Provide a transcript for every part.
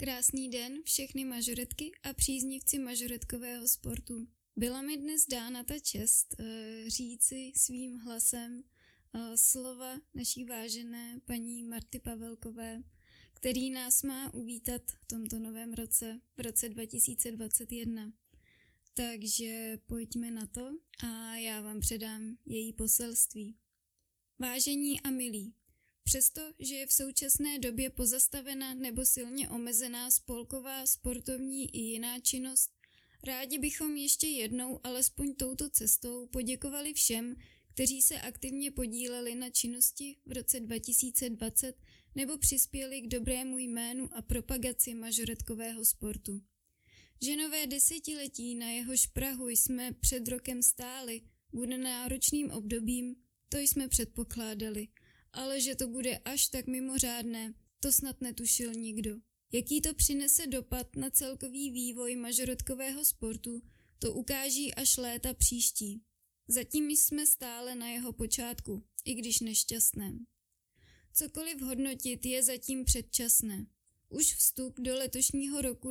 Krásný den všechny mažoretky a příznivci mažoretkového sportu. Byla mi dnes dána ta čest říci svým hlasem slova naší vážené paní Marty Pavelkové, který nás má uvítat v tomto novém roce, v roce 2021. Takže pojďme na to a já vám předám její poselství. Vážení a milí, přesto, že je v současné době pozastavena nebo silně omezená spolková, sportovní i jiná činnost, rádi bychom ještě jednou alespoň touto cestou poděkovali všem, kteří se aktivně podíleli na činnosti v roce 2020 nebo přispěli k dobrému jménu a propagaci mažoretkového sportu. Že nové desetiletí, na jehož prahu jsme před rokem stáli, bude náročným obdobím, to jsme předpokládali, ale že to bude až tak mimořádné, to snad netušil nikdo. Jaký to přinese dopad na celkový vývoj mažoretkového sportu, to ukáží až léta příští. Zatím jsme stále na jeho počátku, i když nešťastném. Cokoliv hodnotit je zatím předčasné. Už vstup do letošního roku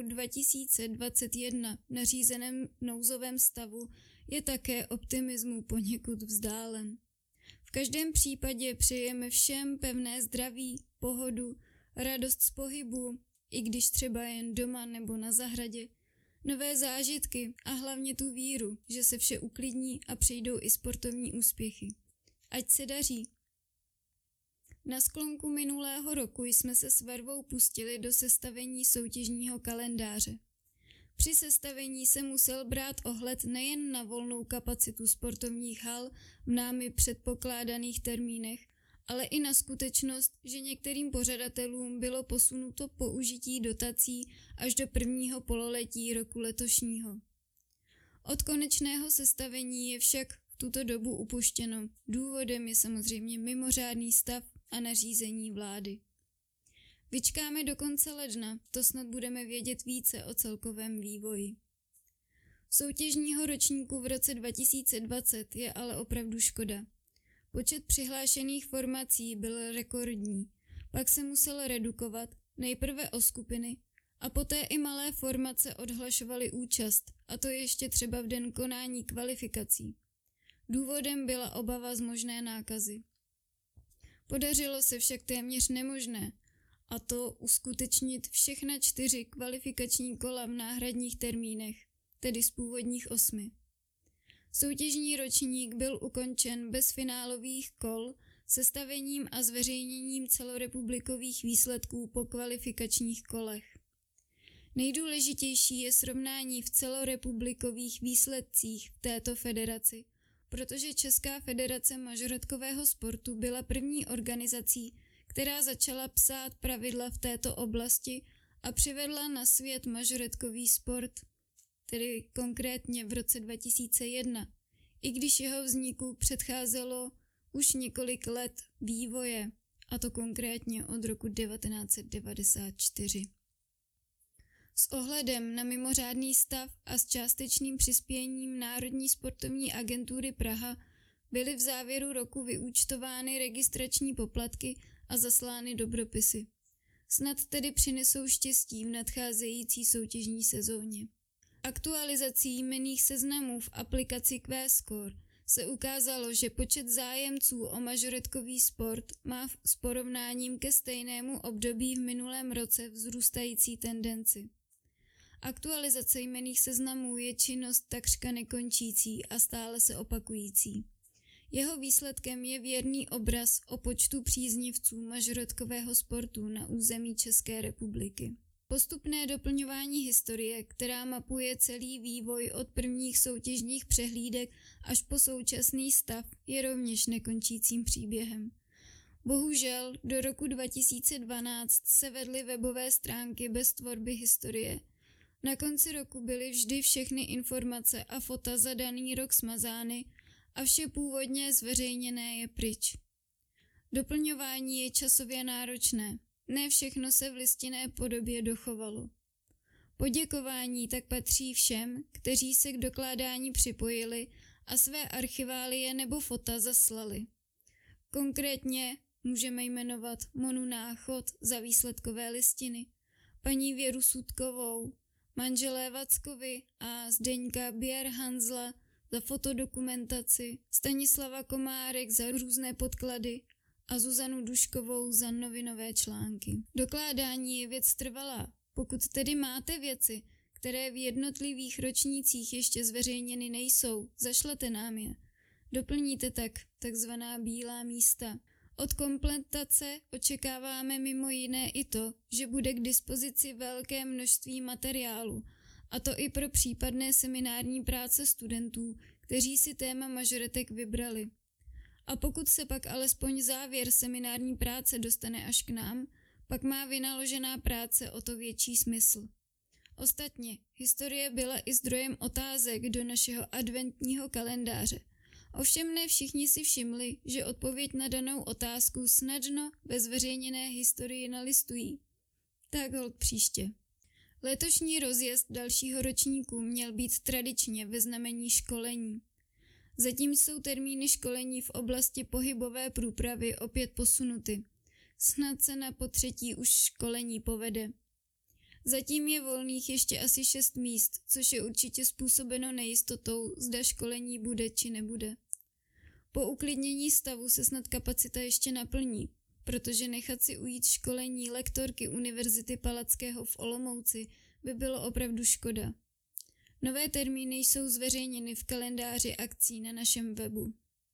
2021 v nařízeném nouzovém stavu je také optimismu poněkud vzdálen. V každém případě přejeme všem pevné zdraví, pohodu, radost z pohybu, i když třeba jen doma nebo na zahradě, nové zážitky a hlavně tu víru, že se vše uklidní a přijdou i sportovní úspěchy. Ať se daří! Na sklonku minulého roku jsme se s Vervou pustili do sestavení soutěžního kalendáře. Při sestavení se musel brát ohled nejen na volnou kapacitu sportovních hal v námi předpokládaných termínech, ale i na skutečnost, že některým pořadatelům bylo posunuto použití dotací až do prvního pololetí roku letošního. Od konečného sestavení je však v tuto dobu upuštěno. Důvodem je samozřejmě mimořádný stav a nařízení vlády. Vyčkáme do konce ledna, to snad budeme vědět více o celkovém vývoji. Soutěžního ročníku v roce 2020 je ale opravdu škoda. Počet přihlášených formací byl rekordní, pak se musel redukovat, nejprve o skupiny, a poté i malé formace odhlašovaly účast, a to ještě třeba v den konání kvalifikací. Důvodem byla obava z možné nákazy. Podařilo se však téměř nemožné, a to uskutečnit všechna 4 kvalifikační kola v náhradních termínech, tedy z původních 8. Soutěžní ročník byl ukončen bez finálových kol, sestavením a zveřejněním celorepublikových výsledků po kvalifikačních kolech. Nejdůležitější je srovnání v celorepublikových výsledcích v této federaci, protože Česká federace mažoretkového sportu byla první organizací, která začala psát pravidla v této oblasti a přivedla na svět mažoretkový sport, tedy konkrétně v roce 2001, i když jeho vzniku předcházelo už několik let vývoje, a to konkrétně od roku 1994. S ohledem na mimořádný stav a s částečným přispěním Národní sportovní agentury Praha byly v závěru roku vyúčtovány registrační poplatky a zaslány dobropisy. Snad tedy přinesou štěstí v nadcházející soutěžní sezóně. Aktualizací jmenných seznamů v aplikaci Q-Score se ukázalo, že počet zájemců o mažoretkový sport má s porovnáním ke stejnému období v minulém roce vzrůstající tendenci. Aktualizace jmenných seznamů je činnost takřka nekončící a stále se opakující. Jeho výsledkem je věrný obraz o počtu příznivců mažoretkového sportu na území České republiky. Postupné doplňování historie, která mapuje celý vývoj od prvních soutěžních přehlídek až po současný stav, je rovněž nekončícím příběhem. Bohužel do roku 2012 se vedly webové stránky bez tvorby historie. Na konci roku byly vždy všechny informace a fota za daný rok smazány a vše původně zveřejněné je pryč. Doplňování je časově náročné. Ne všechno se v listinné podobě dochovalo. Poděkování tak patří všem, kteří se k dokládání připojili a své archiválie nebo fota zaslali. Konkrétně můžeme jmenovat Monu Náchod za výsledkové listiny, paní Věru Sutkovou, manželé Vackovi a Zdeňka Běr-Hanzla za fotodokumentaci, Stanislava Komárek za různé podklady a Zuzanu Duškovou za novinové články. Dokládání je věc trvalá. Pokud tedy máte věci, které v jednotlivých ročnících ještě zveřejněny nejsou, zašlete nám je. Doplníte tak takzvaná bílá místa. Od kompletace očekáváme mimo jiné i to, že bude k dispozici velké množství materiálu, a to i pro případné seminární práce studentů, kteří si téma mažoretek vybrali. A pokud se pak alespoň závěr seminární práce dostane až k nám, pak má vynaložená práce o to větší smysl. Ostatně, historie byla i zdrojem otázek do našeho adventního kalendáře. Ovšem ne všichni si všimli, že odpověď na danou otázku snadno ve zveřejněné historii nalistují. Tak holt příště. Letošní rozjezd dalšího ročníku měl být tradičně ve znamení školení. Zatím jsou termíny školení v oblasti pohybové průpravy opět posunuty. Snad se na potřetí už školení povede. Zatím je volných ještě asi 6 míst, což je určitě způsobeno nejistotou, zda školení bude či nebude. Po uklidnění stavu se snad kapacita ještě naplní, protože nechat si ujít školení lektorky Univerzity Palackého v Olomouci by bylo opravdu škoda. Nové termíny jsou zveřejněny v kalendáři akcí na našem webu.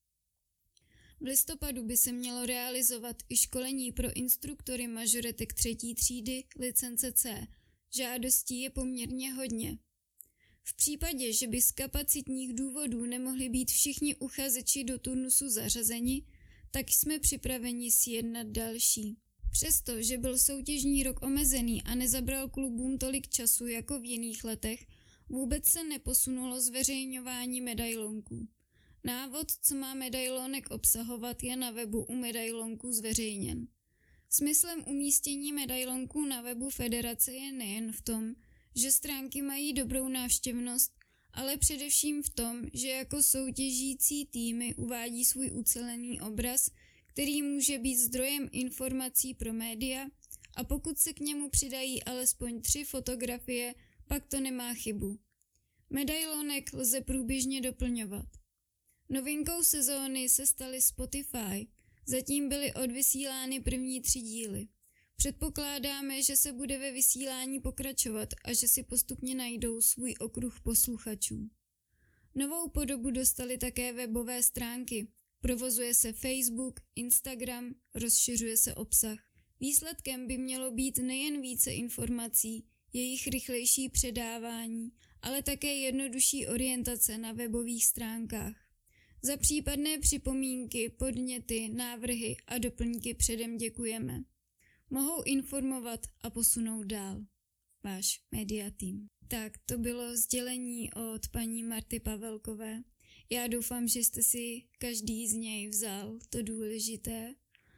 V listopadu by se mělo realizovat i školení pro instruktory mažoretek 3. třídy licence C. Žádostí je poměrně hodně. V případě, že by z kapacitních důvodů nemohli být všichni uchazeči do turnusu zařazeni, tak jsme připraveni sjednat další. Přesto, že byl soutěžní rok omezený a nezabral klubům tolik času jako v jiných letech, vůbec se neposunulo zveřejňování medailonků. Návod, co má medailonek obsahovat, je na webu u medailonků zveřejněn. Smyslem umístění medailonků na webu federace je nejen v tom, že stránky mají dobrou návštěvnost, ale především v tom, že jako soutěžící týmy uvádí svůj ucelený obraz, který může být zdrojem informací pro média, a pokud se k němu přidají alespoň 3 fotografie, pak to nemá chybu. Medailonek lze průběžně doplňovat. Novinkou sezóny se staly Spotify. Zatím byly odvysílány první 3 díly. Předpokládáme, že se bude ve vysílání pokračovat a že si postupně najdou svůj okruh posluchačů. Novou podobu dostaly také webové stránky. Provozuje se Facebook, Instagram, rozšiřuje se obsah. Výsledkem by mělo být nejen více informací, jejich rychlejší předávání, ale také jednodušší orientace na webových stránkách. Za případné připomínky, podněty, návrhy a doplňky předem děkujeme. Mohou informovat a posunout dál. Váš Media Team. Tak to bylo sdělení od paní Marty Pavelkové. Já doufám, že jste si každý z něj vzal to důležité.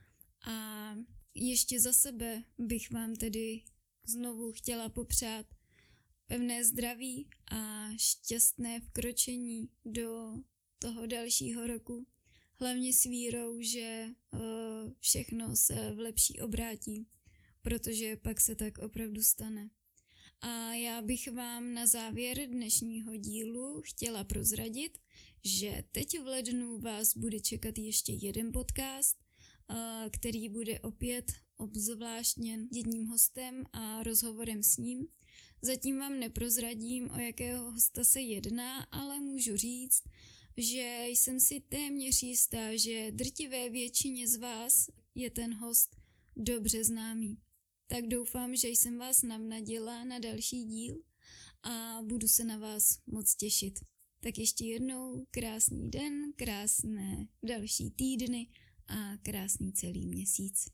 A ještě za sebe bych vám tedy znovu chtěla popřát pevné zdraví a šťastné vkročení do toho dalšího roku. Hlavně s vírou, že všechno se v lepší obrátí, protože pak se tak opravdu stane. A já bych vám na závěr dnešního dílu chtěla prozradit, že teď v lednu vás bude čekat ještě jeden podcast, který bude opět obzvláštněn jedním hostem a rozhovorem s ním. Zatím vám neprozradím, o jakého hosta se jedná, ale můžu říct, že jsem si téměř jistá, že drtivé většině z vás je ten host dobře známý. Tak doufám, že jsem vás navnadila na další díl a budu se na vás moc těšit. Tak ještě jednou krásný den, krásné další týdny a krásný celý měsíc.